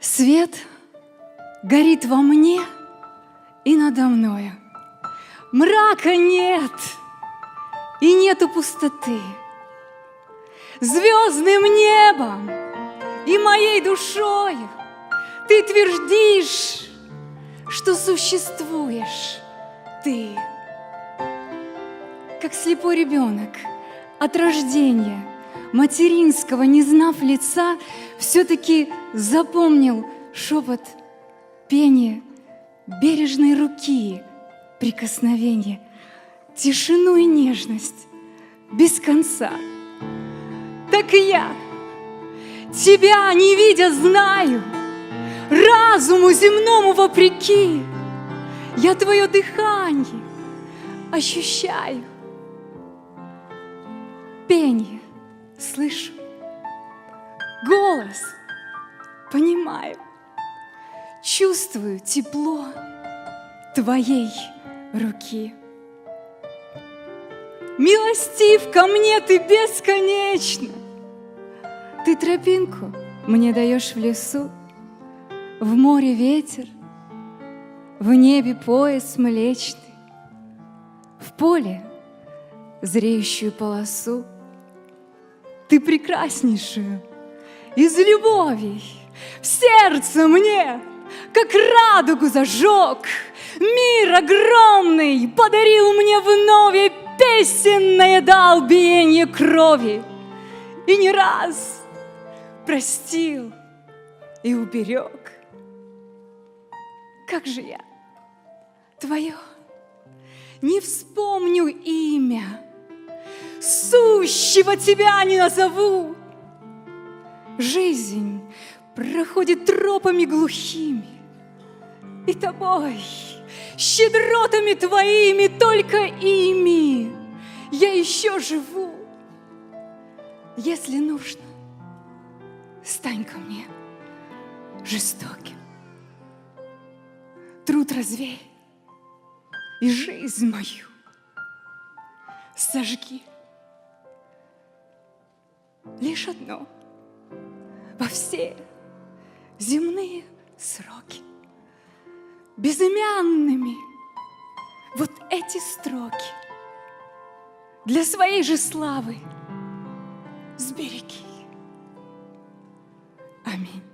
Свет горит во мне и надо мною. Мрака нет, и нету пустоты. Звездным небом и моей душою ты твердишь, что существуешь ты. Как слепой ребенок от рождения материнского, не знав лица, все-таки запомнил шепот, пение бережной руки, прикосновение, тишину и нежность без конца. Так и я, тебя не видя, знаю, разуму земному вопреки, я твое дыхание ощущаю, пение слышу, голос понимаю, чувствую тепло твоей руки. Милостив ко мне ты бесконечно, ты тропинку мне даешь в лесу, в море ветер, в небе пояс млечный, в поле зреющую полосу. Ты прекраснейшую из любовей в сердце мне, как радугу зажег, мир огромный подарил мне вновь, и песенное дал биение крови, и не раз простил и уберег. Как же я твое не вспомню имя, сущего тебя не назову. Жизнь проходит тропами глухими, и тобой, щедротами твоими, только ими я еще живу. Если нужно, стань ко мне жестоким, труд развей и жизнь мою сожги. Лишь одно во все земные сроки, безымянными вот эти строки для своей же славы сбереги. Аминь.